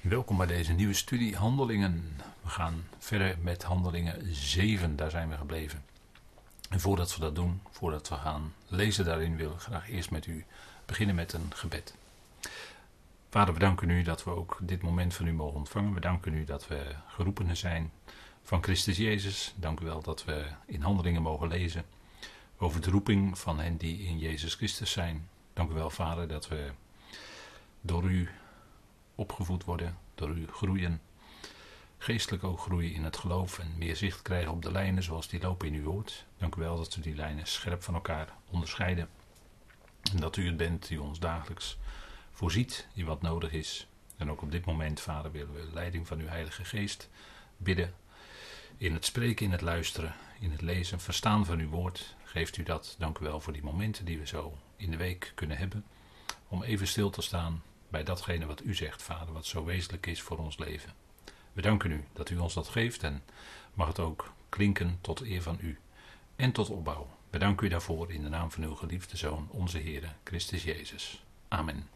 Welkom bij deze nieuwe studie Handelingen. We gaan verder met Handelingen 7, daar zijn we gebleven. En voordat we dat doen, voordat we gaan lezen daarin, wil ik graag eerst met u beginnen met een gebed. Vader, we danken u dat we ook dit moment van u mogen ontvangen. We danken u dat we geroepenen zijn van Christus Jezus. Dank u wel dat we in Handelingen mogen lezen over de roeping van hen die in Jezus Christus zijn. Dank u wel, Vader, dat we door u opgevoed worden, door u groeien, geestelijk ook groeien in het geloof en meer zicht krijgen op de lijnen zoals die lopen in uw woord. Dank u wel dat we die lijnen scherp van elkaar onderscheiden en dat u het bent die ons dagelijks voorziet in wat nodig is. En ook op dit moment, Vader, willen we leiding van uw Heilige Geest bidden in het spreken, in het luisteren, in het lezen, verstaan van uw woord. Geeft u dat. Dank u wel voor die momenten die we zo in de week kunnen hebben om even stil te staan bij datgene wat u zegt, Vader, wat zo wezenlijk is voor ons leven. We danken u dat u ons dat geeft en mag het ook klinken tot eer van u en tot opbouw. We danken u daarvoor in de naam van uw geliefde Zoon, onze Heere, Christus Jezus. Amen.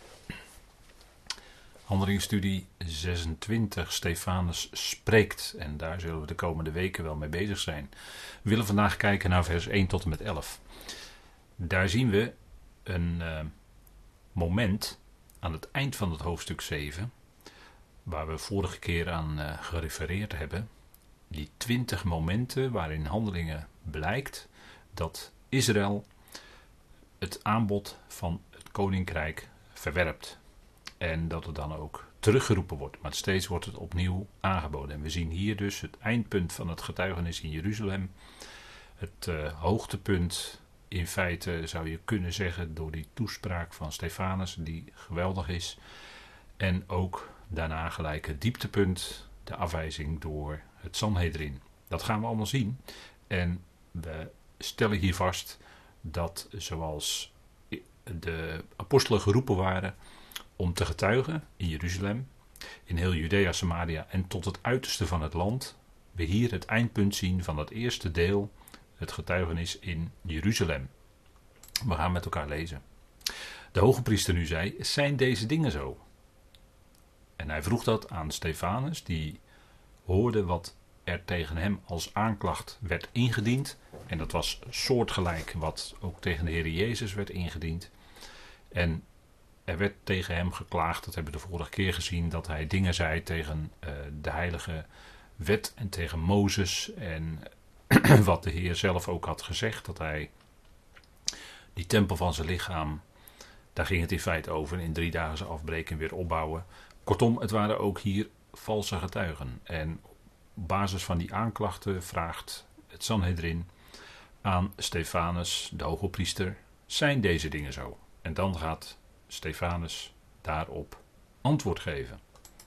Handelingsstudie 26, Stefanus spreekt. En daar zullen we de komende weken wel mee bezig zijn. We willen vandaag kijken naar vers 1 tot en met 11. Daar zien we een moment aan het eind van het hoofdstuk 7, waar we vorige keer aan gerefereerd hebben, die 20 momenten waarin Handelingen blijkt dat Israël het aanbod van het koninkrijk verwerpt. En dat het dan ook teruggeroepen wordt, maar steeds wordt het opnieuw aangeboden. En we zien hier dus het eindpunt van het getuigenis in Jeruzalem, het hoogtepunt. In feite zou je kunnen zeggen door die toespraak van Stefanus, die geweldig is. En ook daarna gelijk het dieptepunt, de afwijzing door het Sanhedrin. Dat gaan we allemaal zien. En we stellen hier vast dat zoals de apostelen geroepen waren om te getuigen in Jeruzalem, in heel Judea, Samaria en tot het uiterste van het land, we hier het eindpunt zien van dat eerste deel, het getuigenis in Jeruzalem. We gaan met elkaar lezen. De hoge priester nu zei, zijn deze dingen zo? En hij vroeg dat aan Stefanus, die hoorde wat er tegen hem als aanklacht werd ingediend. En dat was soortgelijk wat ook tegen de Heer Jezus werd ingediend. En er werd tegen hem geklaagd, dat hebben we de vorige keer gezien, dat hij dingen zei tegen de heilige wet en tegen Mozes en wat de Heer zelf ook had gezegd, dat hij die tempel van zijn lichaam, daar ging het in feite over, in 3 dagen zou afbreken en weer opbouwen. Kortom, het waren ook hier valse getuigen. En op basis van die aanklachten vraagt het Sanhedrin aan Stefanus, de hoge priester, zijn deze dingen zo? En dan gaat Stefanus daarop antwoord geven.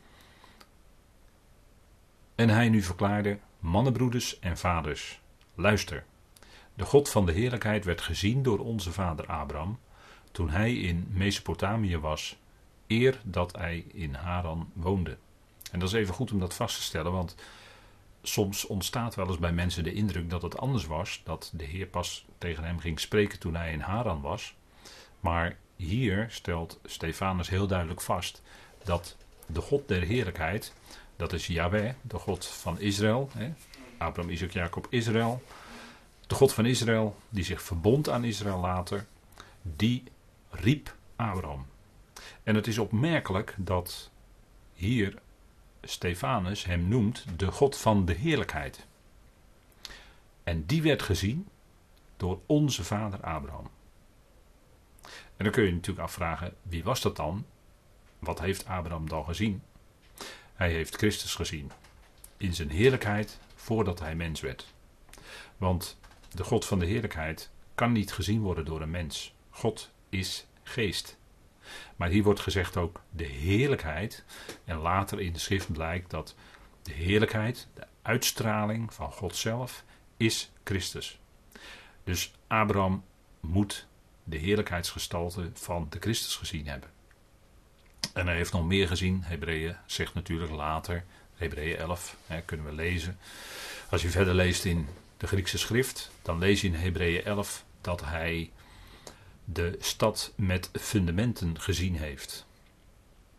En hij nu verklaarde, mannenbroeders en vaders, luister, de God van de heerlijkheid werd gezien door onze vader Abraham, toen hij in Mesopotamië was, eer dat hij in Haran woonde. En dat is even goed om dat vast te stellen, want soms ontstaat wel eens bij mensen de indruk dat het anders was, dat de Heer pas tegen hem ging spreken toen hij in Haran was. Maar hier stelt Stefanus heel duidelijk vast dat de God der heerlijkheid, dat is Yahweh, de God van Israël, Abraham, Isaac, Jacob, Israël. De God van Israël, die zich verbond aan Israël later, die riep Abraham. En het is opmerkelijk dat hier Stefanus hem noemt de God van de heerlijkheid. En die werd gezien door onze vader Abraham. En dan kun je natuurlijk afvragen, wie was dat dan? Wat heeft Abraham dan gezien? Hij heeft Christus gezien. In zijn heerlijkheid voordat hij mens werd. Want de God van de heerlijkheid kan niet gezien worden door een mens. God is geest. Maar hier wordt gezegd ook de heerlijkheid. En later in de schrift blijkt dat de heerlijkheid, de uitstraling van God zelf, is Christus. Dus Abraham moet de heerlijkheidsgestalte van de Christus gezien hebben. En hij heeft nog meer gezien. Hebreeën zegt natuurlijk later, Hebreeën 11, kunnen we lezen. Als je verder leest in de Griekse schrift, dan lees je in Hebreeën 11 dat hij de stad met fundamenten gezien heeft.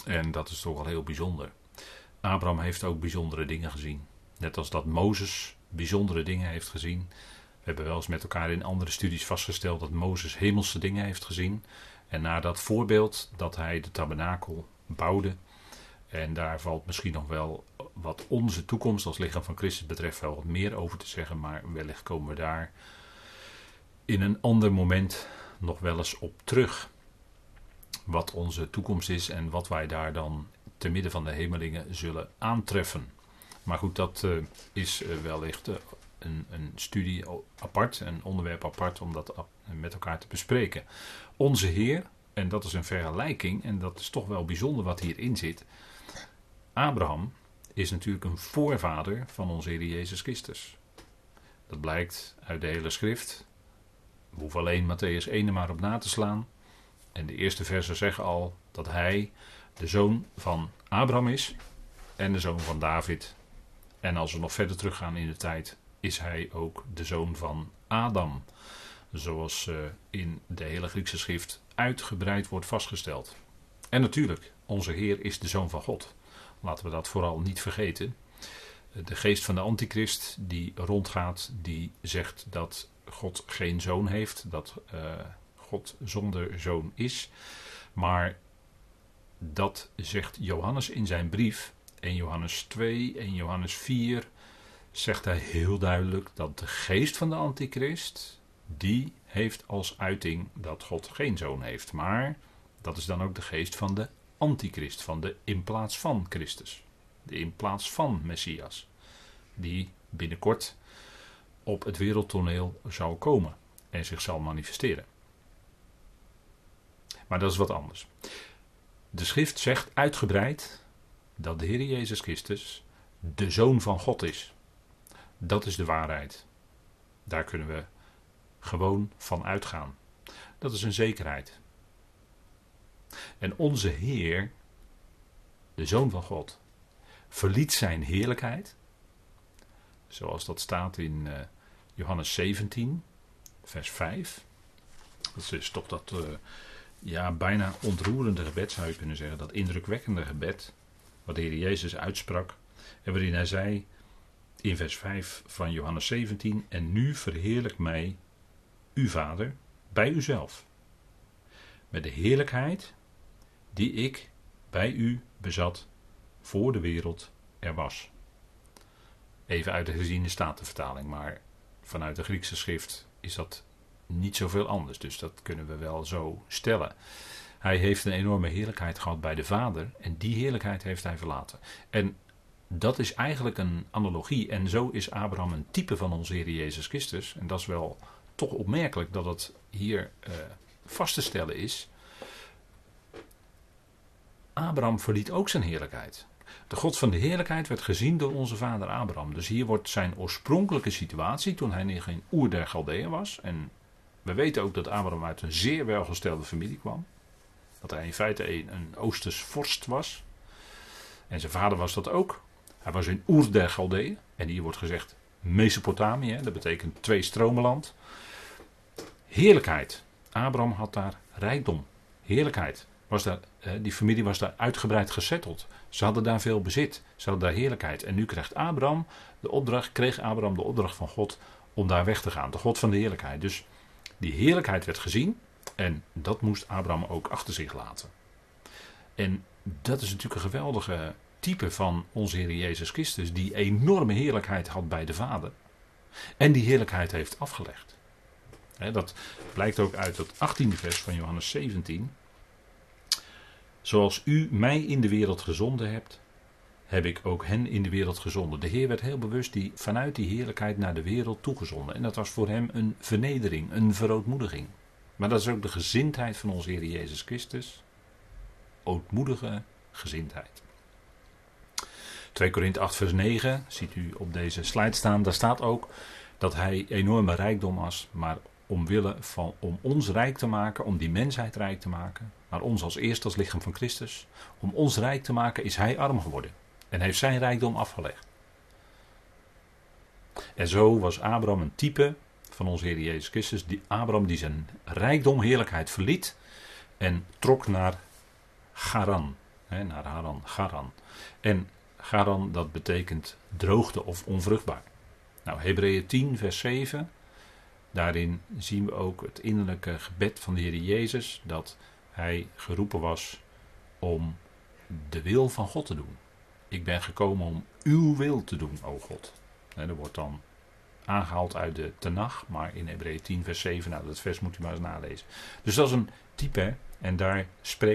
En dat is toch wel heel bijzonder. Abraham heeft ook bijzondere dingen gezien. Net als dat Mozes bijzondere dingen heeft gezien. We hebben wel eens met elkaar in andere studies vastgesteld dat Mozes hemelse dingen heeft gezien. En naar dat voorbeeld dat hij de tabernakel bouwde. En daar valt misschien nog wel wat onze toekomst als lichaam van Christus betreft wel wat meer over te zeggen. Maar wellicht komen we daar in een ander moment nog wel eens op terug. Wat onze toekomst is en wat wij daar dan te midden van de hemelingen zullen aantreffen. Maar goed, dat is wellicht een studie apart, een onderwerp apart om dat met elkaar te bespreken. Onze Heer, en dat is een vergelijking, en dat is toch wel bijzonder wat hierin zit. Abraham is natuurlijk een voorvader van onze Heer Jezus Christus. Dat blijkt uit de hele schrift. We hoeven alleen Mattheüs 1 er maar op na te slaan. En de eerste versen zeggen al dat hij de zoon van Abraham is en de zoon van David. En als we nog verder teruggaan in de tijd, is hij ook de zoon van Adam. Zoals in de hele Griekse schrift uitgebreid wordt vastgesteld. En natuurlijk, onze Heer is de zoon van God. Laten we dat vooral niet vergeten. De geest van de antichrist die rondgaat, die zegt dat God geen zoon heeft. Dat God zonder zoon is. Maar dat zegt Johannes in zijn brief. 1 Johannes 2, 1 Johannes 4 zegt hij heel duidelijk dat de geest van de antichrist, die heeft als uiting dat God geen zoon heeft. Maar dat is dan ook de geest van de antichrist, van de in plaats van Christus. De in plaats van Messias. Die binnenkort op het wereldtoneel zou komen en zich zal manifesteren. Maar dat is wat anders. De schrift zegt uitgebreid dat de Heer Jezus Christus de Zoon van God is. Dat is de waarheid. Daar kunnen we gewoon van uitgaan. Dat is een zekerheid. En onze Heer, de Zoon van God, verliet zijn heerlijkheid. Zoals dat staat in Johannes 17, vers 5. Dat is toch dat bijna ontroerende gebed, zou je kunnen zeggen. Dat indrukwekkende gebed, wat de Heer Jezus uitsprak. En waarin hij zei, in vers 5 van Johannes 17, en nu verheerlijk mij, uw Vader, bij uzelf. Met de heerlijkheid die ik bij u bezat voor de wereld er was. Even uit de herziene statenvertaling, maar vanuit de Griekse schrift is dat niet zoveel anders. Dus dat kunnen we wel zo stellen. Hij heeft een enorme heerlijkheid gehad bij de Vader en die heerlijkheid heeft hij verlaten. En dat is eigenlijk een analogie. En zo is Abraham een type van onze Heer Jezus Christus. En dat is wel toch opmerkelijk dat het hier vast te stellen is. Abraham verliet ook zijn heerlijkheid. De God van de heerlijkheid werd gezien door onze vader Abraham. Dus hier wordt zijn oorspronkelijke situatie, toen hij nog in Oer der Galdeeën was. En we weten ook dat Abraham uit een zeer welgestelde familie kwam. Dat hij in feite een Oosters vorst was. En zijn vader was dat ook. Hij was in Oer der Galdeeën. En hier wordt gezegd Mesopotamië, dat betekent twee stromenland. Heerlijkheid. Abraham had daar rijkdom. Heerlijkheid. Die familie was daar uitgebreid gesetteld. Ze hadden daar veel bezit. Ze hadden daar heerlijkheid. En nu kreeg Abraham de opdracht van God om daar weg te gaan. De God van de heerlijkheid. Dus die heerlijkheid werd gezien. En dat moest Abraham ook achter zich laten. En dat is natuurlijk een geweldige type van onze Heer Jezus Christus. Die enorme heerlijkheid had bij de Vader. En die heerlijkheid heeft afgelegd. Dat blijkt ook uit het 18e vers van Johannes 17. Zoals u mij in de wereld gezonden hebt, heb ik ook hen in de wereld gezonden. De Heer werd heel bewust vanuit die heerlijkheid naar de wereld toegezonden. En dat was voor hem een vernedering, een verootmoediging. Maar dat is ook de gezindheid van onze Heer Jezus Christus. Ootmoedige gezindheid. 2 Korinthe 8 vers 9, ziet u op deze slide staan. Daar staat ook dat hij enorme rijkdom was, maar om ons rijk te maken, om die mensheid rijk te maken, maar ons als eerste als lichaam van Christus, om ons rijk te maken is hij arm geworden en heeft zijn rijkdom afgelegd. En zo was Abraham een type van onze Heer Jezus Christus, Abraham die zijn rijkdom, heerlijkheid verliet en trok naar Haran. naar Haran, Charan. En Charan, dat betekent droogte of onvruchtbaar. Nou, Hebreeën 10 vers 7, daarin zien we ook het innerlijke gebed van de Heer Jezus, dat hij geroepen was om de wil van God te doen. Ik ben gekomen om uw wil te doen, o God. En dat wordt dan aangehaald uit de Tenach, maar in Hebreeën 10 vers 7, nou dat vers moet u maar eens nalezen. Dus dat is een type, hè? En daar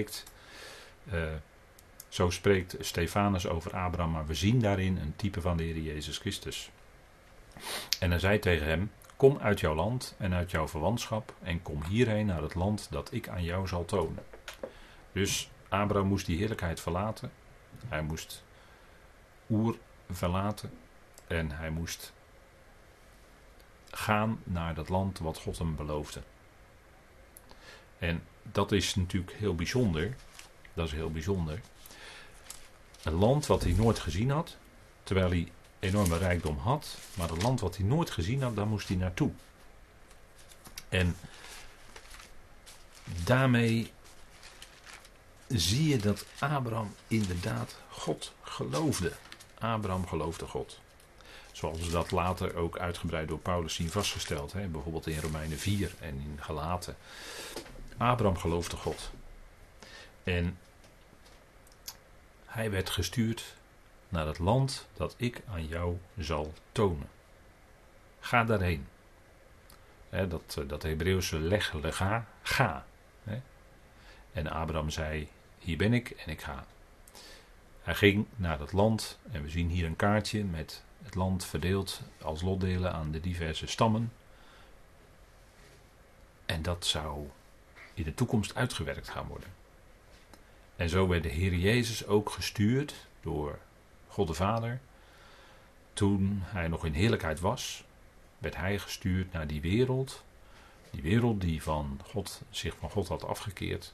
zo spreekt Stefanus over Abraham, maar we zien daarin een type van de Heer Jezus Christus. En hij zei tegen hem, kom uit jouw land en uit jouw verwantschap en kom hierheen naar het land dat ik aan jou zal tonen. Dus Abraham moest die heerlijkheid verlaten. Hij moest Oer verlaten en hij moest gaan naar dat land wat God hem beloofde. En dat is natuurlijk heel bijzonder. Dat is heel bijzonder. Een land wat hij nooit gezien had, terwijl hij enorme rijkdom had, maar een land wat hij nooit gezien had, daar moest hij naartoe. En daarmee zie je dat Abraham inderdaad God geloofde. Abraham geloofde God. Zoals we dat later ook uitgebreid door Paulus zien vastgesteld. Hè? Bijvoorbeeld in Romeinen 4 en in Galaten. Abraham geloofde God. En hij werd gestuurd naar het land dat ik aan jou zal tonen. Ga daarheen. Hè, dat Hebreeuwse lega, ga. Hè? En Abraham zei, hier ben ik en ik ga. Hij ging naar het land en we zien hier een kaartje met het land verdeeld als lotdelen aan de diverse stammen. En dat zou in de toekomst uitgewerkt gaan worden. En zo werd de Heer Jezus ook gestuurd door God de Vader. Toen hij nog in heerlijkheid was, werd hij gestuurd naar die wereld. Die wereld die zich van God had afgekeerd.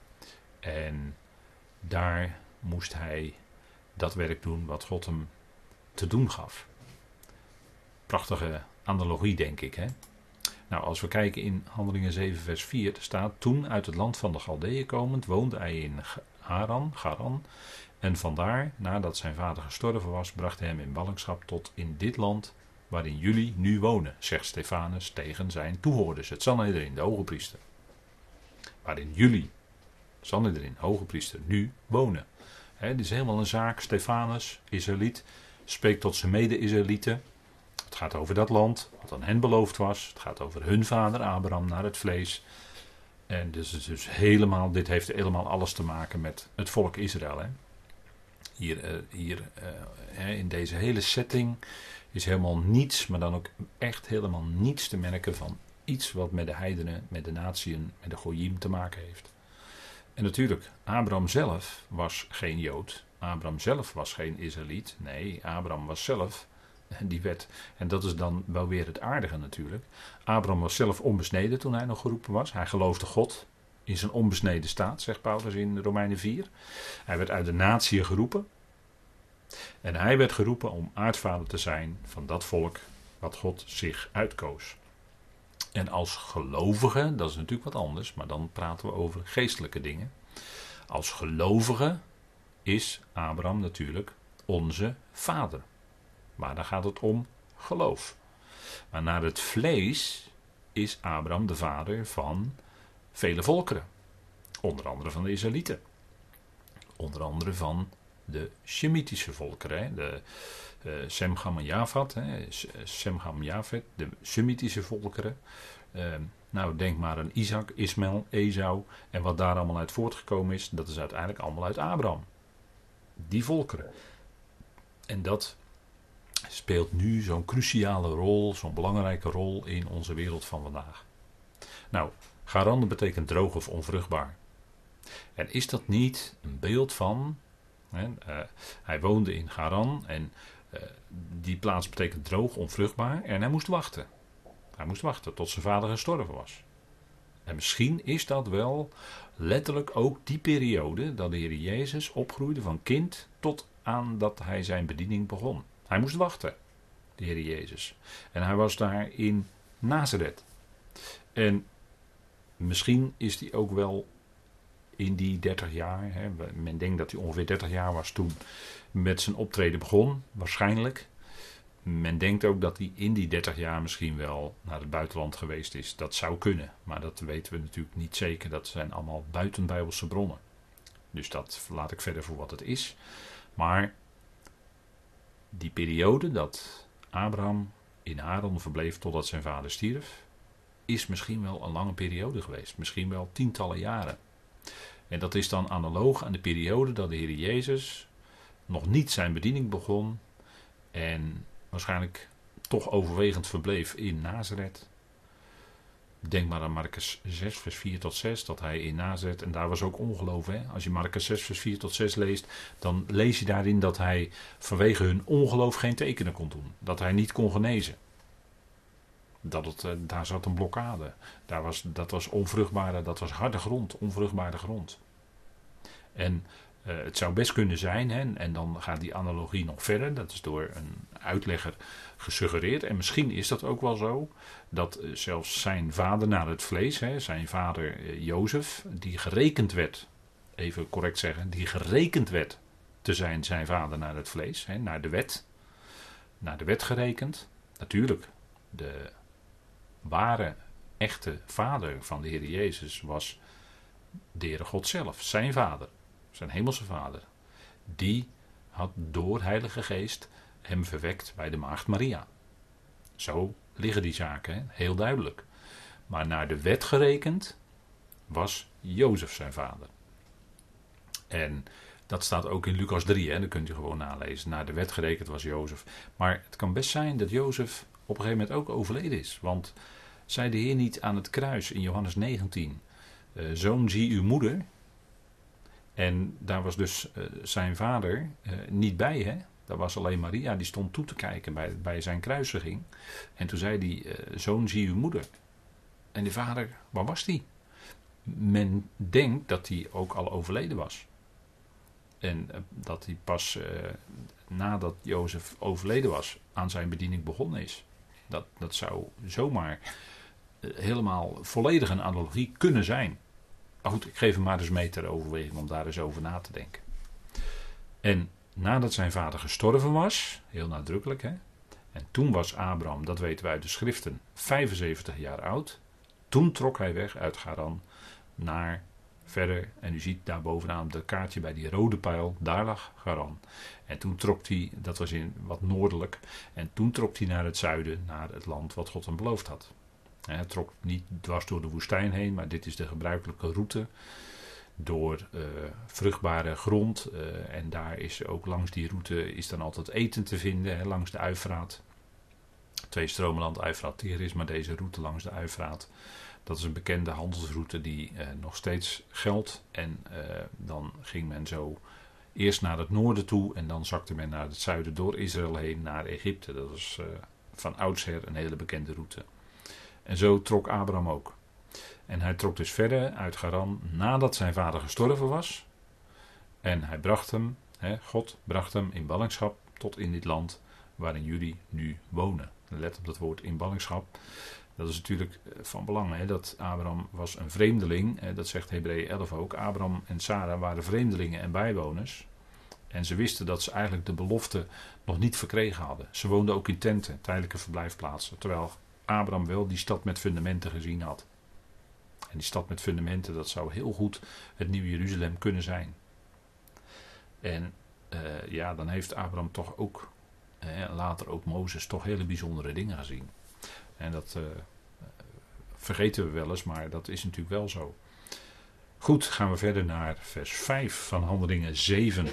En daar moest hij dat werk doen wat God hem te doen gaf. Prachtige analogie, denk ik. Hè? Nou, als we kijken in Handelingen 7 vers 4, er staat, toen uit het land van de Galdeeën komend, woonde hij in Charan. En vandaar, nadat zijn vader gestorven was, bracht hij hem in ballingschap tot in dit land, waarin jullie nu wonen, zegt Stefanus tegen zijn toehoorders, het Sanhedrin, de hoge priester. Waarin jullie, Sanhedrin, hoge priester, nu wonen. Dit is helemaal een zaak. Stefanus, Israëliet, spreekt tot zijn mede-Israëlieten. Het gaat over dat land, wat aan hen beloofd was. Het gaat over hun vader Abraham naar het vlees. En dit heeft helemaal alles te maken met het volk Israël. Hè. Hier in deze hele setting is helemaal niets, maar dan ook echt helemaal niets te merken van iets wat met de heidenen, met de natieën, met de Goyim te maken heeft. En natuurlijk, Abraham zelf was geen Jood. Abraham zelf was geen Israëliet. Nee, Abraham was zelf, en dat is dan wel weer het aardige natuurlijk. Abraham was zelf onbesneden toen hij nog geroepen was. Hij geloofde God in zijn onbesneden staat, zegt Paulus in Romeinen 4. Hij werd uit de natie geroepen. En hij werd geroepen om aartsvader te zijn van dat volk wat God zich uitkoos. En als gelovige, dat is natuurlijk wat anders, maar dan praten we over geestelijke dingen. Als gelovige is Abraham natuurlijk onze vader. Maar dan gaat het om geloof. Maar naar het vlees is Abraham de vader van vele volkeren. Onder andere van de Israëlieten. Onder andere van de Shemitische volkeren. Hè? De Sem, Ham en Jafet. Sem, Ham, Jafet. De Shemitische volkeren. Denk maar aan Isaac, Ismaël, Esau. En wat daar allemaal uit voortgekomen is, dat is uiteindelijk allemaal uit Abraham. Die volkeren. En dat speelt nu zo'n cruciale rol, zo'n belangrijke rol in onze wereld van vandaag. Nou, Charan betekent droog of onvruchtbaar. En is dat niet een beeld van... hij woonde in Charan en die plaats betekent droog, onvruchtbaar. En hij moest wachten. Hij moest wachten tot zijn vader gestorven was. En misschien is dat wel letterlijk ook die periode dat de Heer Jezus opgroeide van kind tot aan dat hij zijn bediening begon. Hij moest wachten, de Heer Jezus. En hij was daar in Nazareth. En misschien is hij ook wel in die 30 jaar. Hè. Men denkt dat hij ongeveer 30 jaar was toen met zijn optreden begon, waarschijnlijk. Men denkt ook dat hij in die 30 jaar misschien wel naar het buitenland geweest is. Dat zou kunnen, maar dat weten we natuurlijk niet zeker. Dat zijn allemaal buitenbijbelse bronnen. Dus dat laat ik verder voor wat het is. Maar die periode dat Abraham in Haran verbleef totdat zijn vader stierf, is misschien wel een lange periode geweest. Misschien wel tientallen jaren. En dat is dan analoog aan de periode dat de Heer Jezus nog niet zijn bediening begon en waarschijnlijk toch overwegend verbleef in Nazareth. Denk maar aan Marcus 6 vers 4 tot 6, dat hij in Nazareth, en daar was ook ongeloof. Hè? Als je Marcus 6 vers 4 tot 6 leest, dan lees je daarin dat hij vanwege hun ongeloof geen tekenen kon doen. Dat hij niet kon genezen. Daar zat een blokkade. Dat was onvruchtbare, dat was harde grond, onvruchtbare grond. En het zou best kunnen zijn, hè, en dan gaat die analogie nog verder, dat is door een uitlegger gesuggereerd, en misschien is dat ook wel zo, dat zelfs zijn vader naar het vlees, hè, zijn vader Jozef, die gerekend werd, even correct zeggen, die gerekend werd te zijn vader naar het vlees, hè, naar de wet gerekend. Natuurlijk, de ware, echte vader van de Heer Jezus was de Heere God zelf, zijn vader. Zijn hemelse vader. Die had door Heilige Geest hem verwekt bij de maagd Maria. Zo liggen die zaken, hè? Heel duidelijk. Maar naar de wet gerekend was Jozef zijn vader. En dat staat ook in Lucas 3, hè? Dat kunt u gewoon nalezen. Naar de wet gerekend was Jozef. Maar het kan best zijn dat Jozef op een gegeven moment ook overleden is. Want zei de Heer niet aan het kruis in Johannes 19... zoon, zie uw moeder. En daar was dus zijn vader niet bij, hè. Daar was alleen Maria, die stond toe te kijken bij zijn kruisiging. En toen zei hij, zoon, zie uw moeder. En de vader, waar was die? Men denkt dat hij ook al overleden was. En dat hij pas nadat Jozef overleden was aan zijn bediening begonnen is. Dat zou zomaar helemaal volledig een analogie kunnen zijn. Maar goed, ik geef hem maar eens mee ter overweging om daar eens over na te denken. En nadat zijn vader gestorven was, heel nadrukkelijk, hè, en toen was Abraham, dat weten we uit de schriften, 75 jaar oud. Toen trok hij weg uit Haran naar verder, en u ziet daar bovenaan op het kaartje bij die rode pijl, daar lag Haran. En toen trok hij, dat was in wat noordelijk, en toen trok hij naar het zuiden, naar het land wat God hem beloofd had. Hij trok niet dwars door de woestijn heen, maar dit is de gebruikelijke route door vruchtbare grond. En daar is ook langs die route is dan altijd eten te vinden, hè, langs de Uifraat. Twee stromenland, Uifraat, Tigris, maar deze route langs de Uifraat, dat is een bekende handelsroute die nog steeds geldt. En dan ging men zo eerst naar het noorden toe en dan zakte men naar het zuiden door Israël heen naar Egypte. Dat is van oudsher een hele bekende route. En zo trok Abraham ook. En hij trok dus verder uit Haran nadat zijn vader gestorven was. En hij bracht hem, God bracht hem in ballingschap tot in dit land waarin jullie nu wonen. Let op dat woord in ballingschap. Dat is natuurlijk van belang, hè, dat Abraham was een vreemdeling. Dat zegt Hebreeën 11 ook. Abraham en Sara waren vreemdelingen en bijwoners. En ze wisten dat ze eigenlijk de belofte nog niet verkregen hadden. Ze woonden ook in tenten, tijdelijke verblijfplaatsen. Terwijl Abraham wel die stad met fundamenten gezien had. En die stad met fundamenten, dat zou heel goed het nieuwe Jeruzalem kunnen zijn. En dan heeft Abraham toch ook, later ook Mozes, toch hele bijzondere dingen gezien. En dat vergeten we wel eens, maar dat is natuurlijk wel zo. Goed, gaan we verder naar vers 5 van Handelingen 7.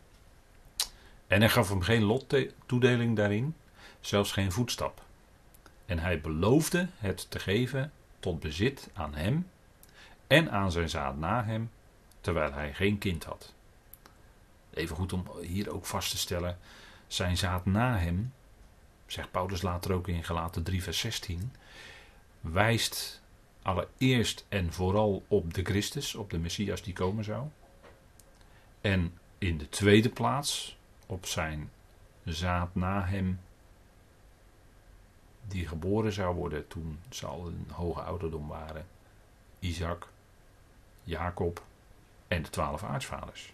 En hij gaf hem geen lottoedeling daarin, zelfs geen voetstap. En hij beloofde het te geven tot bezit aan hem en aan zijn zaad na hem, terwijl hij geen kind had. Even goed om hier ook vast te stellen, zijn zaad na hem, zegt Paulus later ook in Galaten 3 vers 16, wijst allereerst en vooral op de Christus, op de Messias die komen zou. En in de tweede plaats op zijn zaad na hem, die geboren zou worden toen ze al een hoge ouderdom waren. Isaac, Jacob en de 12 aartsvaders.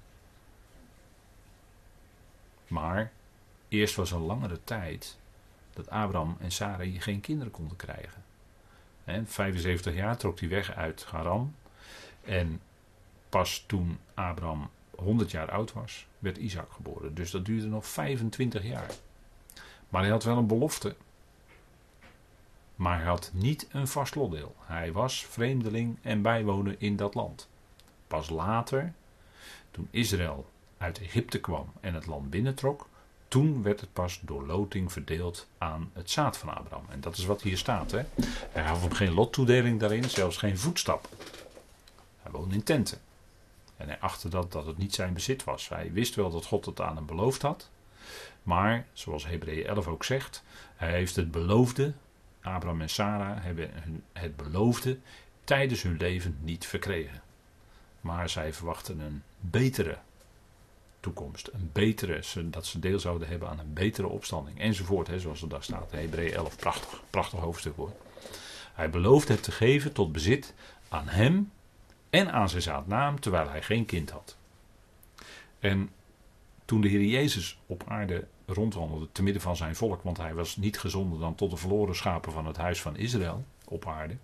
Maar eerst was een langere tijd dat Abraham en Sarai geen kinderen konden krijgen. 75 jaar trok hij weg uit Haran. En pas toen Abraham 100 jaar oud was, werd Isaac geboren. Dus dat duurde nog 25 jaar. Maar hij had wel een belofte. Maar hij had niet een vast lotdeel. Hij was vreemdeling en bijwoner in dat land. Pas later, toen Israël uit Egypte kwam en het land binnentrok, toen werd het pas door loting verdeeld aan het zaad van Abraham. En dat is wat hier staat. Hè? Hij gaf hem geen lottoedeling daarin, zelfs geen voetstap. Hij woonde in tenten. En hij achtte dat het niet zijn bezit was. Hij wist wel dat God het aan hem beloofd had. Maar, zoals Hebreeën 11 ook zegt, hij heeft het beloofde, Abraham en Sarah hebben het beloofde tijdens hun leven niet verkregen. Maar zij verwachten een betere toekomst. Een betere, dat ze deel zouden hebben aan een betere opstanding. Enzovoort, zoals er daar staat. Hebreeën 11, prachtig hoofdstuk hoor. Hij beloofde het te geven tot bezit aan hem en aan zijn zaad na hem, terwijl hij geen kind had. En toen de Heer Jezus op aarde rondwandelde, te midden van zijn volk, want hij was niet gezonden dan tot de verloren schapen van het huis van Israël op aarde.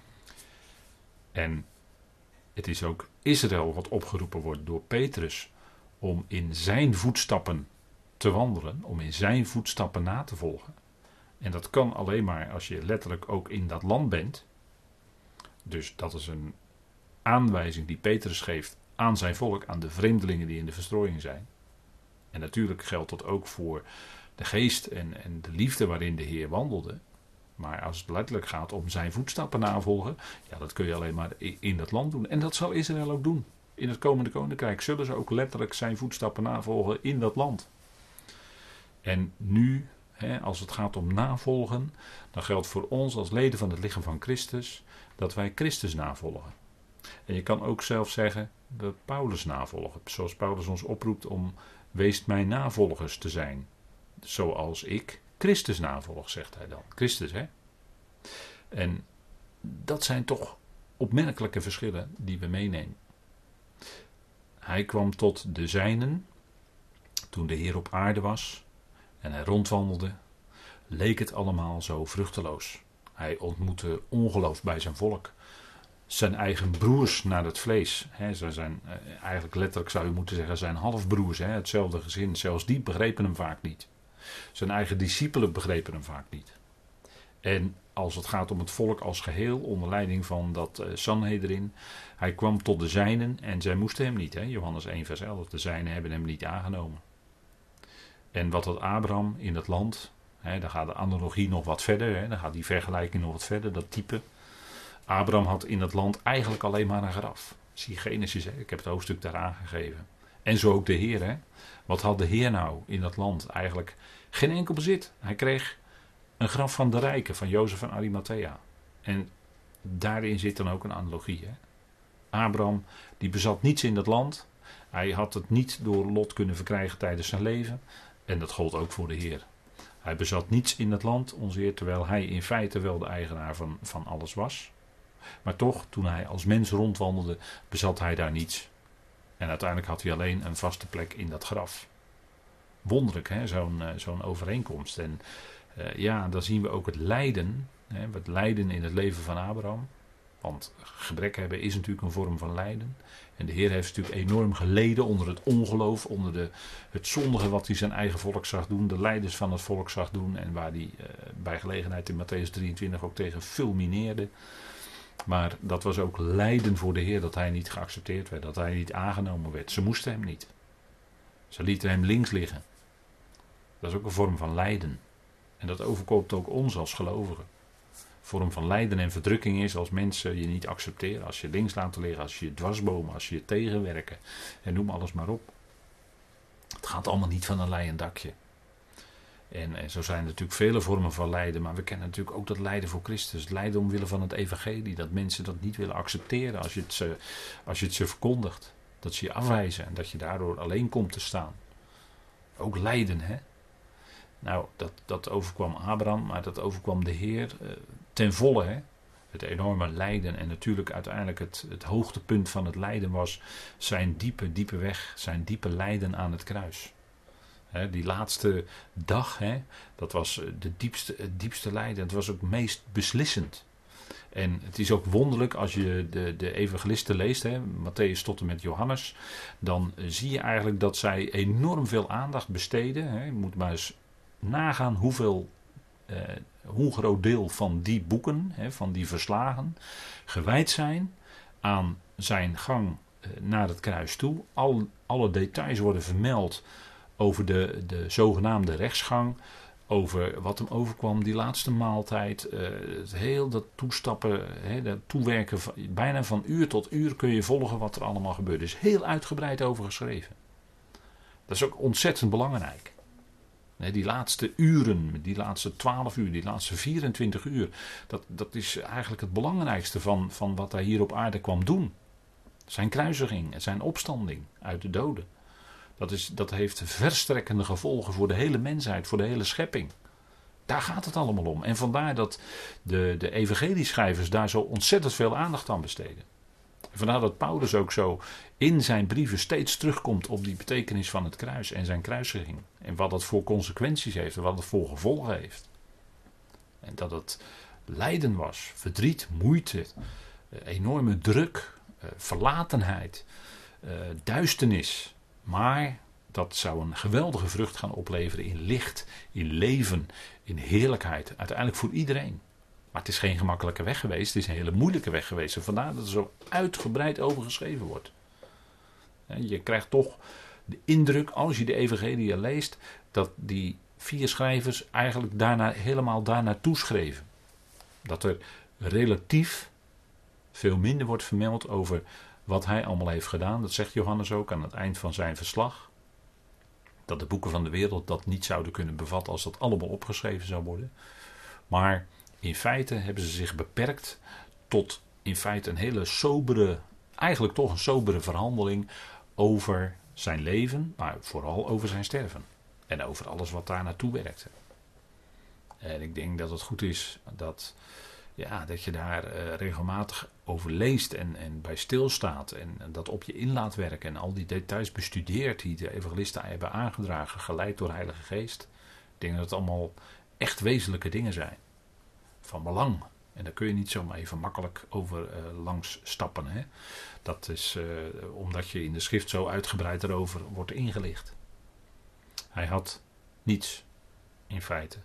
En het is ook Israël wat opgeroepen wordt door Petrus om in zijn voetstappen te wandelen, om in zijn voetstappen na te volgen. En dat kan alleen maar als je letterlijk ook in dat land bent. Dus dat is een aanwijzing die Petrus geeft aan zijn volk, aan de vreemdelingen die in de verstrooiing zijn. En natuurlijk geldt dat ook voor de geest en de liefde waarin de Heer wandelde. Maar als het letterlijk gaat om zijn voetstappen navolgen, ja, dat kun je alleen maar in dat land doen. En dat zal Israël ook doen. In het komende koninkrijk zullen ze ook letterlijk zijn voetstappen navolgen in dat land. En nu, als het gaat om navolgen, dan geldt voor ons als leden van het lichaam van Christus dat wij Christus navolgen. En je kan ook zelf zeggen, we Paulus navolgen. Zoals Paulus ons oproept om, wees mijn navolgers te zijn. Zoals ik Christus navolg, zegt hij dan. Christus, hè? En dat zijn toch opmerkelijke verschillen die we meenemen. Hij kwam tot de zijnen, toen de Heer op aarde was en hij rondwandelde, leek het allemaal zo vruchteloos. Hij ontmoette ongeloof bij zijn volk. Zijn eigen broers naar het vlees. Ze zijn, eigenlijk letterlijk zou je moeten zeggen, zijn halfbroers. Hetzelfde gezin. Zelfs die begrepen hem vaak niet. Zijn eigen discipelen begrepen hem vaak niet. En als het gaat om het volk als geheel, onder leiding van dat Sanhedrin. Hij kwam tot de zijnen en zij moesten hem niet. Johannes 1 vers 11. De zijnen hebben hem niet aangenomen. En wat had Abraham in het land? Dan gaat de analogie nog wat verder. Dan gaat die vergelijking nog wat verder, dat type. Abraham had in het land eigenlijk alleen maar een graf. Zie Genesis, ik heb het hoofdstuk daar aangegeven. En zo ook de Heer. Wat had de Heer nou in dat land? Eigenlijk geen enkel bezit. Hij kreeg een graf van de rijken, van Jozef van Arimathea. En daarin zit dan ook een analogie. Abraham, die bezat niets in dat land. Hij had het niet door Lot kunnen verkrijgen tijdens zijn leven. En dat gold ook voor de Heer. Hij bezat niets in het land, onze Heer, terwijl hij in feite wel de eigenaar van alles was. Maar toch, toen hij als mens rondwandelde, bezat hij daar niets. En uiteindelijk had hij alleen een vaste plek in dat graf. Wonderlijk, zo'n overeenkomst. En dan zien we ook het lijden. Het lijden in het leven van Abraham. Want gebrek hebben is natuurlijk een vorm van lijden. En de Heer heeft natuurlijk enorm geleden onder het ongeloof, onder het zondige wat hij zijn eigen volk zag doen, de leiders van het volk zag doen en waar hij bij gelegenheid in Mattheüs 23 ook tegen fulmineerde. Maar dat was ook lijden voor de Heer, dat hij niet geaccepteerd werd, dat hij niet aangenomen werd. Ze moesten hem niet. Ze lieten hem links liggen. Dat is ook een vorm van lijden. En dat overkomt ook ons als gelovigen. Vorm van lijden en verdrukking is als mensen je niet accepteren, als je links laten liggen, als je dwarsbomen, als je je tegenwerken en noem alles maar op. Het gaat allemaal niet van een leien dakje. En zo zijn er natuurlijk vele vormen van lijden, maar we kennen natuurlijk ook dat lijden voor Christus, het lijden omwille van het evangelie, dat mensen dat niet willen accepteren als je het ze verkondigt, dat ze je afwijzen en dat je daardoor alleen komt te staan. Ook lijden, hè. Nou, dat overkwam Abraham, maar dat overkwam de Heer ten volle. Hè? Het enorme lijden en natuurlijk uiteindelijk het hoogtepunt van het lijden was zijn diepe weg, zijn diepe lijden aan het kruis. Die laatste dag, dat was het diepste lijden. Het was ook meest beslissend. En het is ook wonderlijk als je de evangelisten leest, Mattheüs tot en met Johannes, dan zie je eigenlijk dat zij enorm veel aandacht besteden. Je moet maar eens nagaan hoe groot deel van die boeken, van die verslagen, gewijd zijn aan zijn gang naar het kruis toe. Alle details worden vermeld over de zogenaamde rechtsgang, over wat hem overkwam, die laatste maaltijd, dat toestappen, dat toewerken, bijna van uur tot uur kun je volgen wat er allemaal gebeurt. Er is heel uitgebreid over geschreven. Dat is ook ontzettend belangrijk. Die laatste uren, die laatste 12 uur, die laatste 24 uur, dat is eigenlijk het belangrijkste van wat hij hier op aarde kwam doen. Zijn kruisiging, zijn opstanding uit de doden. Dat heeft verstrekkende gevolgen voor de hele mensheid, voor de hele schepping. Daar gaat het allemaal om. En vandaar dat de evangelieschrijvers daar zo ontzettend veel aandacht aan besteden. En vandaar dat Paulus ook zo in zijn brieven steeds terugkomt op die betekenis van het kruis en zijn kruisiging. En wat dat voor consequenties heeft en wat het voor gevolgen heeft. En dat het lijden was, verdriet, moeite, enorme druk, verlatenheid, duisternis. Maar dat zou een geweldige vrucht gaan opleveren in licht, in leven, in heerlijkheid. Uiteindelijk voor iedereen. Maar het is geen gemakkelijke weg geweest. Het is een hele moeilijke weg geweest. En vandaar dat er zo uitgebreid over geschreven wordt. Je krijgt toch de indruk, als je de evangelie leest, dat die 4 schrijvers eigenlijk helemaal daarnaartoe schreven. Dat er relatief veel minder wordt vermeld over wat hij allemaal heeft gedaan. Dat zegt Johannes ook aan het eind van zijn verslag. Dat de boeken van de wereld dat niet zouden kunnen bevatten als dat allemaal opgeschreven zou worden. Maar in feite hebben ze zich beperkt tot in feite een hele sobere, eigenlijk toch een sobere verhandeling over zijn leven, maar vooral over zijn sterven. En over alles wat daar naartoe werkte. En ik denk dat het goed is dat je daar regelmatig over leest en bij stilstaat en dat op je in laat werken en al die details bestudeert die de evangelisten hebben aangedragen, geleid door de Heilige Geest. Ik denk dat het allemaal echt wezenlijke dingen zijn. Van belang. En daar kun je niet zomaar even makkelijk over langs stappen. Hè? Dat is omdat je in de schrift zo uitgebreid erover wordt ingelicht. Hij had niets in feite.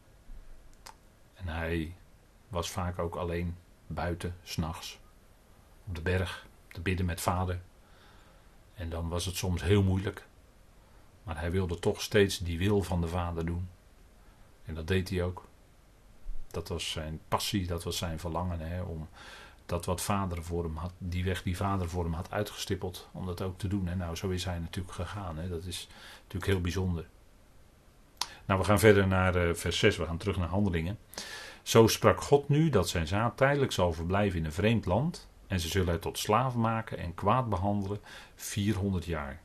En hij was vaak ook alleen buiten, 's nachts, op de berg, te bidden met vader. En dan was het soms heel moeilijk. Maar hij wilde toch steeds die wil van de vader doen. En dat deed hij ook. Dat was zijn passie, dat was zijn verlangen, om dat wat vader voor hem had, die weg die vader voor hem had uitgestippeld, om dat ook te doen. En nou, zo is hij natuurlijk gegaan. Dat is natuurlijk heel bijzonder. Nou, we gaan verder naar vers 6, we gaan terug naar Handelingen. Zo sprak God nu dat zijn zaad tijdelijk zal verblijven in een vreemd land. En ze zullen het tot slaaf maken en kwaad behandelen 400 jaar.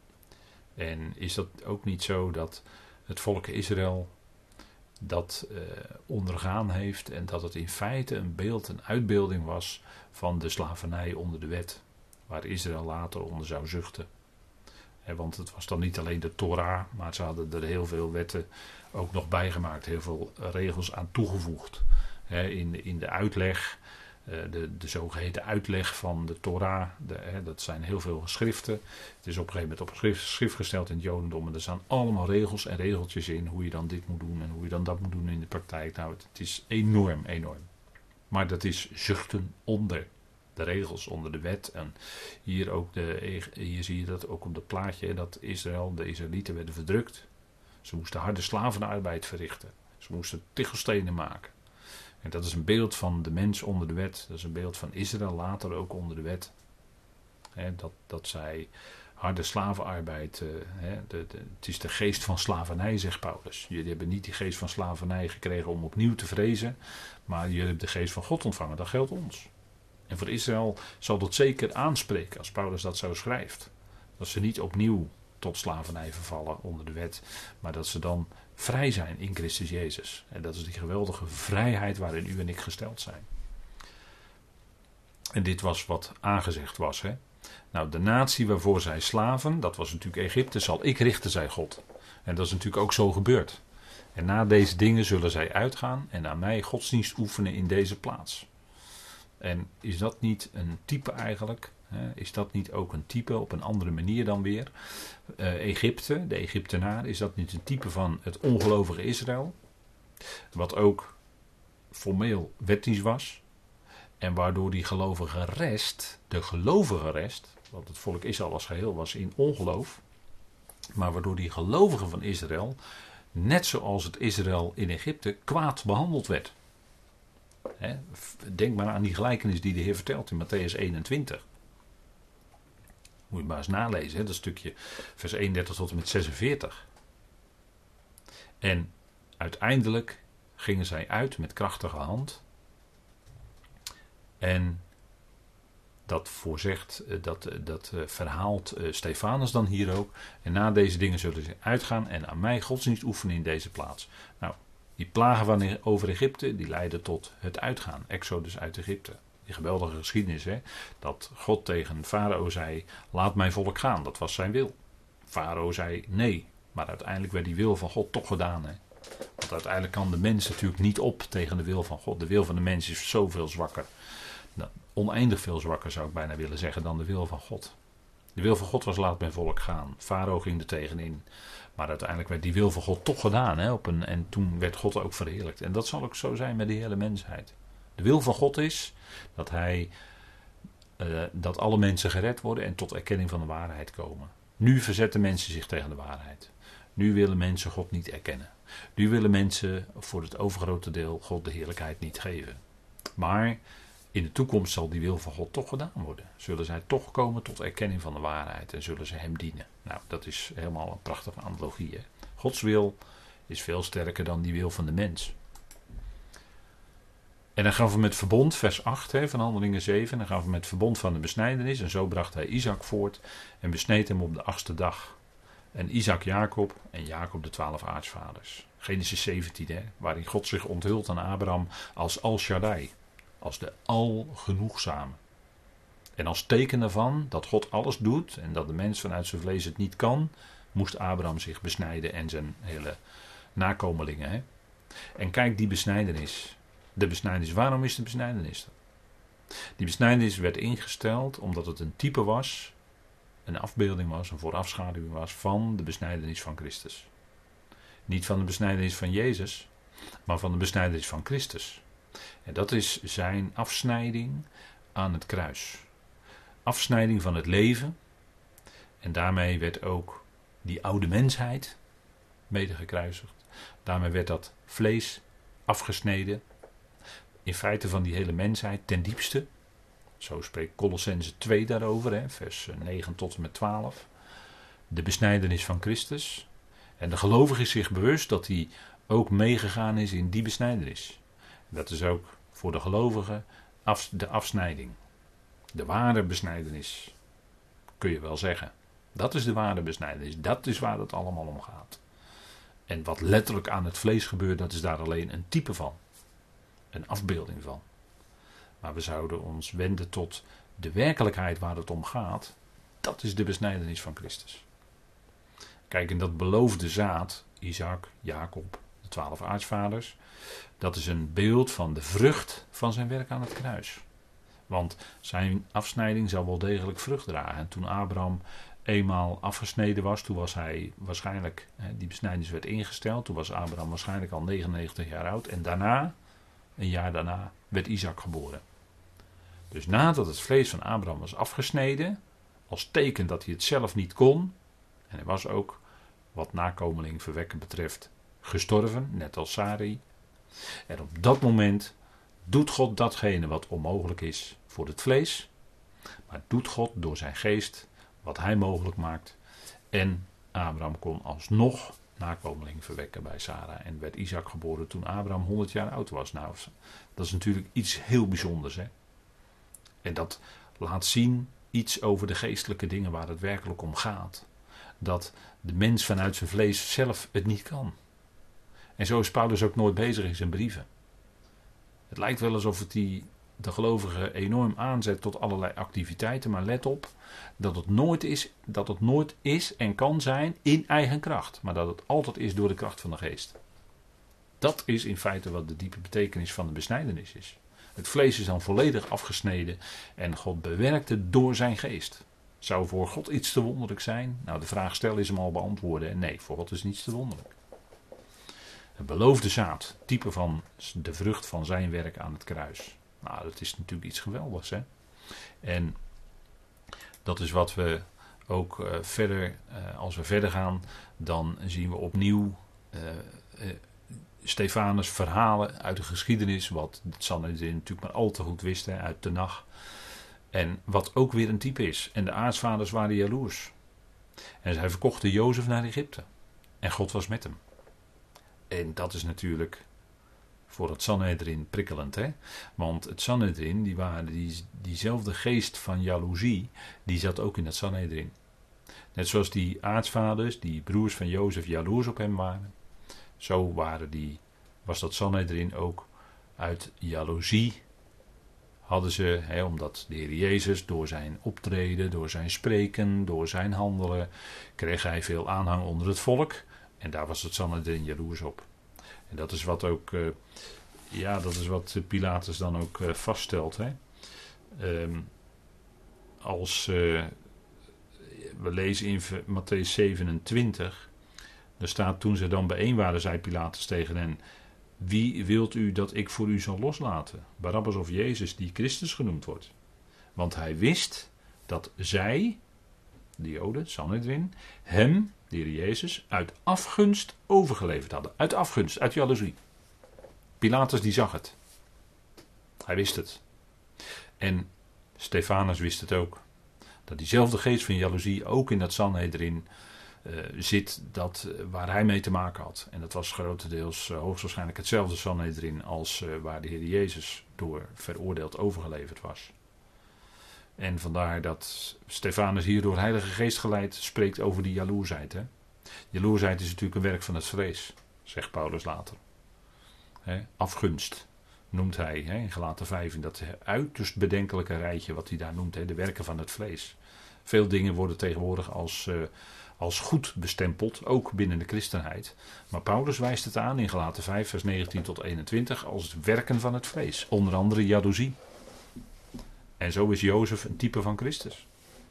En is dat ook niet zo dat het volk Israël dat ondergaan heeft en dat het in feite een uitbeelding was van de slavernij onder de wet. Waar Israël later onder zou zuchten. Want het was dan niet alleen de Torah, maar ze hadden er heel veel wetten ook nog bijgemaakt. Heel veel regels aan toegevoegd. In de uitleg, de zogeheten uitleg van de Torah. Dat zijn heel veel geschriften. Het is op een gegeven moment op schrift gesteld in het Jodendom. En er staan allemaal regels en regeltjes in. Hoe je dan dit moet doen en hoe je dan dat moet doen in de praktijk. Nou, het is enorm, enorm. Maar dat is zuchten onder de regels, onder de wet. En hier zie je dat ook op het plaatje. Dat de Israëlieten werden verdrukt. Ze moesten harde slavenarbeid verrichten. Ze moesten tichelstenen maken. En dat is een beeld van de mens onder de wet. Dat is een beeld van Israël later ook onder de wet. Dat zij harde slavenarbeid. Het is de geest van slavernij, zegt Paulus. Jullie hebben niet die geest van slavernij gekregen om opnieuw te vrezen. Maar jullie hebben de geest van God ontvangen. Dat geldt ons. En voor Israël zal dat zeker aanspreken als Paulus dat zo schrijft. Dat ze niet opnieuw tot slavernij vervallen onder de wet. Maar dat ze dan vrij zijn in Christus Jezus. En dat is die geweldige vrijheid waarin u en ik gesteld zijn. En dit was wat aangezegd was. Hè? Nou, de natie waarvoor zij slaven, dat was natuurlijk Egypte, zal ik richten, zei God. En dat is natuurlijk ook zo gebeurd. En na deze dingen zullen zij uitgaan en aan mij godsdienst oefenen in deze plaats. En is dat niet een type eigenlijk? Hè? Is dat niet ook een type op een andere manier dan weer? Egypte, de Egyptenaar, is dat niet een type van het ongelovige Israël? Wat ook formeel wettisch was. En waardoor die gelovige rest, de gelovige rest, want het volk Israël als geheel was in ongeloof. Maar waardoor die gelovigen van Israël, net zoals het Israël in Egypte, kwaad behandeld werd. Denk maar aan die gelijkenis die de Heer vertelt in Mattheüs 21. Moet je maar eens nalezen, dat stukje vers 31 tot en met 46. En uiteindelijk gingen zij uit met krachtige hand. En dat voorzegt, dat verhaalt Stefanus dan hier ook. En na deze dingen zullen ze uitgaan en aan mij godsdienst oefenen in deze plaats. Nou, die plagen over Egypte, die leiden tot het uitgaan. Exodus uit Egypte. Die geweldige geschiedenis, hè. Dat God tegen Farao zei, laat mijn volk gaan. Dat was zijn wil. Farao zei nee. Maar uiteindelijk werd die wil van God toch gedaan, hè. Want uiteindelijk kan de mens natuurlijk niet op tegen de wil van God. De wil van de mens is zoveel zwakker. Nou, oneindig veel zwakker zou ik bijna willen zeggen dan de wil van God. De wil van God was laat mijn volk gaan. Farao ging er tegenin. Maar uiteindelijk werd die wil van God toch gedaan. Hè, en toen werd God ook verheerlijkt. En dat zal ook zo zijn met de hele mensheid. De wil van God is dat alle mensen gered worden en tot erkenning van de waarheid komen. Nu verzetten mensen zich tegen de waarheid. Nu willen mensen God niet erkennen. Nu willen mensen voor het overgrote deel God de heerlijkheid niet geven. Maar in de toekomst zal die wil van God toch gedaan worden. Zullen zij toch komen tot erkenning van de waarheid en zullen ze hem dienen. Nou, dat is helemaal een prachtige analogie. Hè? Gods wil is veel sterker dan die wil van de mens. En dan gaan we met verbond, vers 8 van Handelingen 7. Dan gaan we met verbond van de besnijdenis. En zo bracht hij Isaac voort en besneed hem op de 8e dag. En Isaac Jacob en Jacob de 12 aartsvaders. Genesis 17, waarin God zich onthult aan Abraham als Al Shaddai. Als de algenoegzame. En als teken daarvan dat God alles doet en dat de mens vanuit zijn vlees het niet kan, moest Abraham zich besnijden en zijn hele nakomelingen. Hè? En kijk die besnijdenis. De besnijdenis, waarom is de besnijdenis er? Die besnijdenis werd ingesteld omdat het een type was, een afbeelding was, een voorafschaduwing was van de besnijdenis van Christus. Niet van de besnijdenis van Jezus, maar van de besnijdenis van Christus. En dat is zijn afsnijding aan het kruis. Afsnijding van het leven. En daarmee werd ook die oude mensheid mede gekruisigd. Daarmee werd dat vlees afgesneden. In feite van die hele mensheid ten diepste. Zo spreekt Colossenzen 2 daarover, vers 9 tot en met 12. De besnijdenis van Christus. En de gelovige is zich bewust dat hij ook meegegaan is in die besnijdenis. Dat is ook voor de gelovigen de afsnijding. De ware besnijdenis. Kun je wel zeggen. Dat is de ware besnijdenis. Dat is waar het allemaal om gaat. En wat letterlijk aan het vlees gebeurt, dat is daar alleen een type van. Een afbeelding van. Maar we zouden ons wenden tot de werkelijkheid waar het om gaat. Dat is de besnijdenis van Christus. Kijk, in dat beloofde zaad, Isaac, Jacob, de 12 aartsvaders. Dat is een beeld van de vrucht van zijn werk aan het kruis. Want zijn afsnijding zou wel degelijk vrucht dragen. En toen Abraham eenmaal afgesneden was, toen was hij waarschijnlijk, die besnijdenis werd ingesteld. Toen was Abraham waarschijnlijk al 99 jaar oud. En daarna, een jaar daarna, werd Isaac geboren. Dus nadat het vlees van Abraham was afgesneden, als teken dat hij het zelf niet kon, en hij was ook, wat nakomeling verwekken betreft, gestorven, net als Sarai. En op dat moment doet God datgene wat onmogelijk is voor het vlees, maar doet God door zijn geest wat hij mogelijk maakt. En Abraham kon alsnog nakomeling verwekken bij Sarah en werd Isaac geboren toen Abraham 100 jaar oud was. Nou, dat is natuurlijk iets heel bijzonders, hè. En dat laat zien iets over de geestelijke dingen waar het werkelijk om gaat. Dat de mens vanuit zijn vlees zelf het niet kan. En zo is Paulus ook nooit bezig in zijn brieven. Het lijkt wel alsof het hij de gelovigen enorm aanzet tot allerlei activiteiten. Maar let op dat het nooit is en kan zijn in eigen kracht. Maar dat het altijd is door de kracht van de geest. Dat is in feite wat de diepe betekenis van de besnijdenis is. Het vlees is dan volledig afgesneden en God bewerkt het door zijn geest. Zou voor God iets te wonderlijk zijn? Nou, de vraag stellen is hem al beantwoorden. En nee, voor God is niets te wonderlijk. Het beloofde zaad, type van de vrucht van zijn werk aan het kruis. Nou, dat is natuurlijk iets geweldigs, hè. En dat is wat we ook als we verder gaan, dan zien we opnieuw Stefanus verhalen uit de geschiedenis, wat het Sanhedrin natuurlijk maar al te goed wist, hè, uit Tenach. En wat ook weer een type is. En de aartsvaders waren jaloers. En zij verkochten Jozef naar Egypte. En God was met hem. En dat is natuurlijk voor het Sanhedrin prikkelend, hè? Want het Sanhedrin, diezelfde geest van jaloezie, die zat ook in het Sanhedrin. Net zoals die aartsvaders, die broers van Jozef, jaloers op hem waren. Zo was dat Sanhedrin ook uit jaloezie. Hadden ze, omdat de Heer Jezus door zijn optreden, door zijn spreken, door zijn handelen, kreeg hij veel aanhang onder het volk. En daar was het Sanhedrin jaloers op. En dat is wat ook, dat is wat Pilatus dan ook vaststelt. Hè? We lezen in Mattheüs 27, er staat: toen ze dan bijeen waren, zei Pilatus tegen hen: wie wilt u dat ik voor u zal loslaten? Barabbas of Jezus, die Christus genoemd wordt? Want hij wist dat zij, de Joden, Sanhedrin, hem, de Heer Jezus, uit afgunst overgeleverd hadden. Uit afgunst, uit jaloezie. Pilatus die zag het. Hij wist het. En Stefanus wist het ook. Dat diezelfde geest van jaloezie ook in dat Sanhedrin zit, waar hij mee te maken had. En dat was grotendeels hoogstwaarschijnlijk hetzelfde Sanhedrin als waar de Heer Jezus door veroordeeld overgeleverd was. En vandaar dat Stefanus hier door de Heilige Geest geleid spreekt over die jaloersheid. Hè? Jaloersheid is natuurlijk een werk van het vlees, zegt Paulus later. Afgunst noemt hij in Galaten 5, in dat uiterst bedenkelijke rijtje wat hij daar noemt, de werken van het vlees. Veel dingen worden tegenwoordig als goed bestempeld, ook binnen de christenheid. Maar Paulus wijst het aan in Galaten 5, vers 19 tot 21 als het werken van het vlees. Onder andere jaloezie. En zo is Jozef een type van Christus.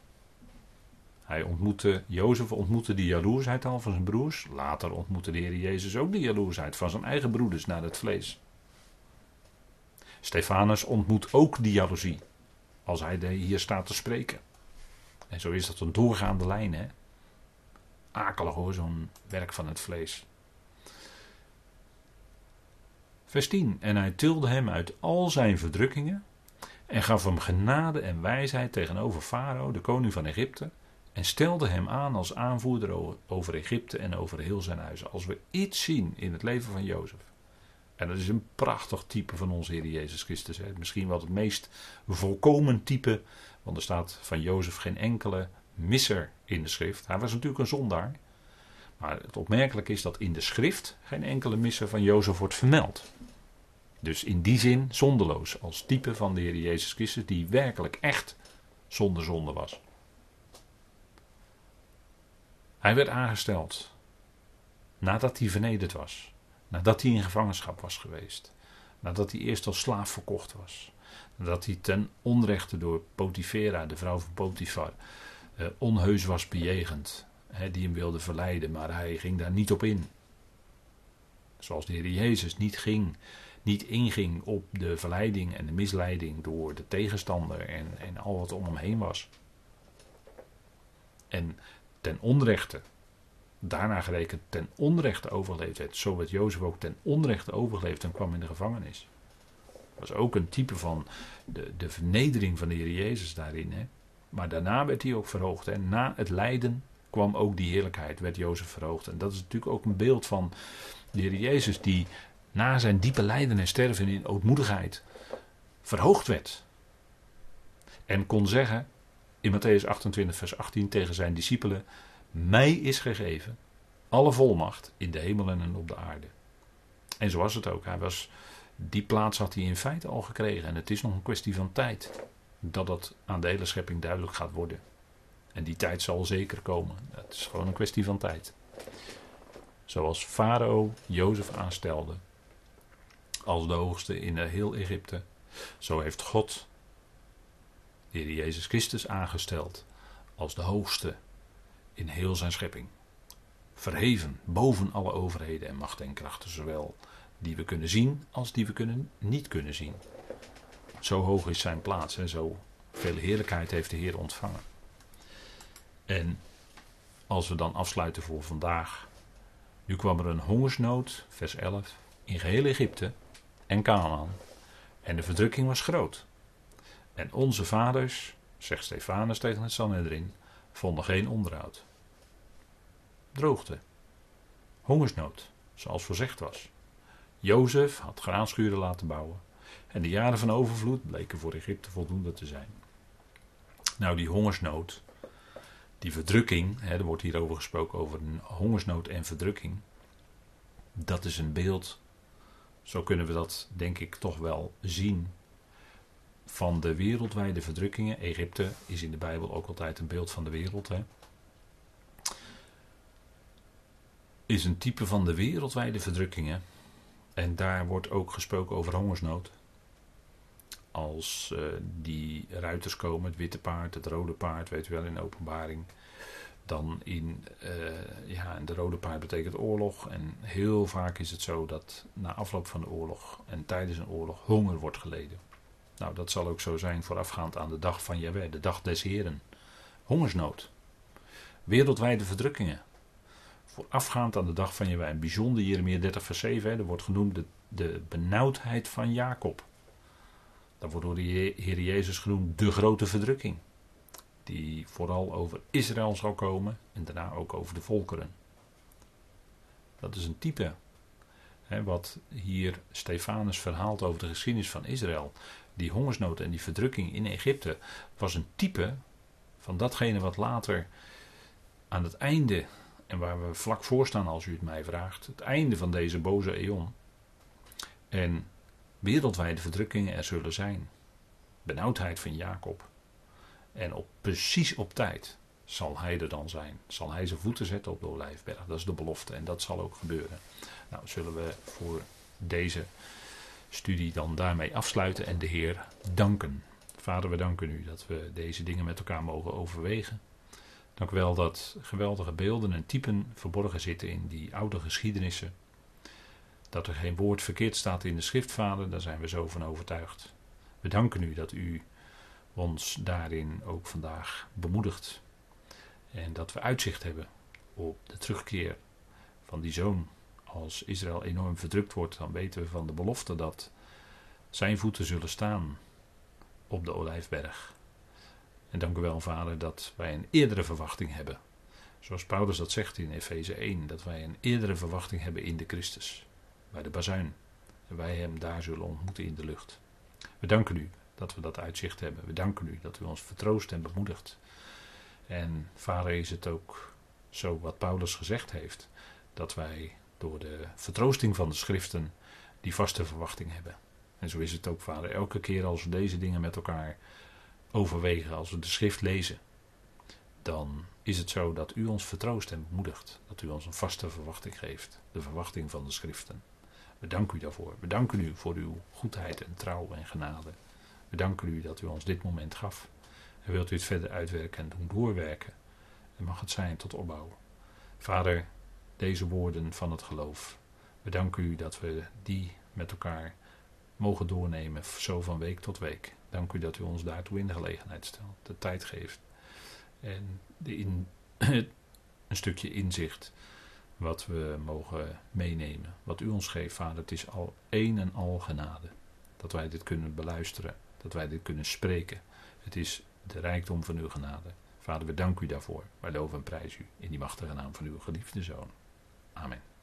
Jozef ontmoette die jaloersheid al van zijn broers. Later ontmoette de Heer Jezus ook die jaloersheid van zijn eigen broeders naar het vlees. Stefanus ontmoet ook die jaloezie als hij hier staat te spreken. En zo is dat een doorgaande lijn, hè. Akelig hoor, zo'n werk van het vlees. Vers 10. En hij tilde hem uit al zijn verdrukkingen en gaf hem genade en wijsheid tegenover Farao, de koning van Egypte, en stelde hem aan als aanvoerder over Egypte en over heel zijn huis. Als we iets zien in het leven van Jozef, en dat is een prachtig type van onze Heer Jezus Christus, hè. Misschien wel het meest volkomen type, want er staat van Jozef geen enkele misser in de schrift. Hij was natuurlijk een zondaar. Maar het opmerkelijk is dat in de schrift geen enkele misser van Jozef wordt vermeld. Dus in die zin zondeloos. Als type van de Heer Jezus Christus die werkelijk echt zonder zonde was. Hij werd aangesteld nadat hij vernederd was. Nadat hij in gevangenschap was geweest. Nadat hij eerst als slaaf verkocht was. Nadat hij ten onrechte door Potifera, de vrouw van Potifar, onheus was bejegend. Die hem wilde verleiden, maar hij ging daar niet op in. Zoals de Heer Jezus niet inging op de verleiding en de misleiding door de tegenstander en al wat om hem heen was. En ten onrechte, daarna gerekend ten onrechte overgeleefd werd. Zo werd Jozef ook ten onrechte overgeleefd en kwam in de gevangenis. Dat was ook een type van de vernedering van de Heer Jezus daarin. Hè? Maar daarna werd hij ook verhoogd. Hè? Na het lijden kwam ook die heerlijkheid, werd Jozef verhoogd. En dat is natuurlijk ook een beeld van de Heer Jezus die na zijn diepe lijden en sterven in ootmoedigheid verhoogd werd. En kon zeggen in Mattheüs 28 vers 18 tegen zijn discipelen: mij is gegeven alle volmacht in de hemel en op de aarde. En zo was het ook. Hij was Die plaats had hij in feite al gekregen. En het is nog een kwestie van tijd dat dat aan de hele schepping duidelijk gaat worden. En die tijd zal zeker komen. Het is gewoon een kwestie van tijd. Zoals Farao Jozef aanstelde als de hoogste in heel Egypte. Zo heeft God de Heer Jezus Christus aangesteld als de hoogste in heel zijn schepping. Verheven boven alle overheden en machten en krachten, zowel die we kunnen zien als die we niet kunnen zien. Zo hoog is zijn plaats en zo veel heerlijkheid heeft de Heer ontvangen. En als we dan afsluiten voor vandaag. Nu kwam er een hongersnood, vers 11, in geheel Egypte en Kanaan. En de verdrukking was groot. En onze vaders, zegt Stefanus tegen het Sanhedrin, vonden geen onderhoud. Droogte. Hongersnood, zoals voorzegd was. Jozef had graanschuren laten bouwen. En de jaren van overvloed bleken voor Egypte voldoende te zijn. Nou, die hongersnood, die verdrukking, er wordt hierover gesproken over een hongersnood en verdrukking. Dat is een beeld, zo kunnen we dat denk ik toch wel zien, van de wereldwijde verdrukkingen. Egypte is in de Bijbel ook altijd een beeld van de wereld. Is een type van de wereldwijde verdrukkingen. En daar wordt ook gesproken over hongersnood. Als die ruiters komen, het witte paard, het rode paard, weet u wel, in de Openbaring. Dan in de rode paard betekent oorlog. En heel vaak is het zo dat na afloop van de oorlog en tijdens een oorlog honger wordt geleden. Nou, dat zal ook zo zijn voorafgaand aan de dag van Jahweh, de dag des Heren. Hongersnood. Wereldwijde verdrukkingen. Voorafgaand aan de dag van Jahweh. En bijzonder Jeremia 30 vers 7, er wordt genoemd de benauwdheid van Jacob. Dat wordt door de Heer Jezus genoemd de grote verdrukking. Die vooral over Israël zal komen en daarna ook over de volkeren. Dat is een type. Wat hier Stefanus verhaalt over de geschiedenis van Israël. Die hongersnood en die verdrukking in Egypte was een type van datgene wat later aan het einde, en waar we vlak voor staan als u het mij vraagt, het einde van deze boze eon. En wereldwijde verdrukkingen er zullen zijn. Benauwdheid van Jacob. En precies op tijd zal hij er dan zijn. Zal hij zijn voeten zetten op de Olijfberg. Dat is de belofte en dat zal ook gebeuren. Nou, zullen we voor deze studie dan daarmee afsluiten en de Heer danken. Vader, we danken u dat we deze dingen met elkaar mogen overwegen. Dank u wel dat geweldige beelden en typen verborgen zitten in die oude geschiedenissen. Dat er geen woord verkeerd staat in de schrift, Vader, daar zijn we zo van overtuigd. We danken u dat u ons daarin ook vandaag bemoedigt. En dat we uitzicht hebben op de terugkeer van die zoon. Als Israël enorm verdrukt wordt, dan weten we van de belofte dat zijn voeten zullen staan op de Olijfberg. En dank u wel, Vader, dat wij een eerdere verwachting hebben. Zoals Paulus dat zegt in Efeze 1, dat wij een eerdere verwachting hebben in de Christus. Bij de bazuin. En wij hem daar zullen ontmoeten in de lucht. We danken u dat we dat uitzicht hebben. We danken u dat u ons vertroost en bemoedigt. En Vader, is het ook zo wat Paulus gezegd heeft, dat wij door de vertroosting van de schriften die vaste verwachting hebben. En zo is het ook, Vader, elke keer als we deze dingen met elkaar overwegen, als we de schrift lezen, dan is het zo dat u ons vertroost en bemoedigt. Dat u ons een vaste verwachting geeft. De verwachting van de schriften. We danken u daarvoor. We danken u voor uw goedheid en trouw en genade. We danken u dat u ons dit moment gaf. En wilt u het verder uitwerken en doen doorwerken. En mag het zijn tot opbouw. Vader, deze woorden van het geloof. We danken u dat we die met elkaar mogen doornemen, zo van week tot week. Dank u dat u ons daartoe in de gelegenheid stelt, de tijd geeft. En een stukje inzicht wat we mogen meenemen. Wat u ons geeft, Vader, het is al een en al genade. Dat wij dit kunnen beluisteren, dat wij dit kunnen spreken. Het is de rijkdom van uw genade. Vader, we danken u daarvoor. Wij loven en prijzen u in die machtige naam van uw geliefde Zoon. Amen.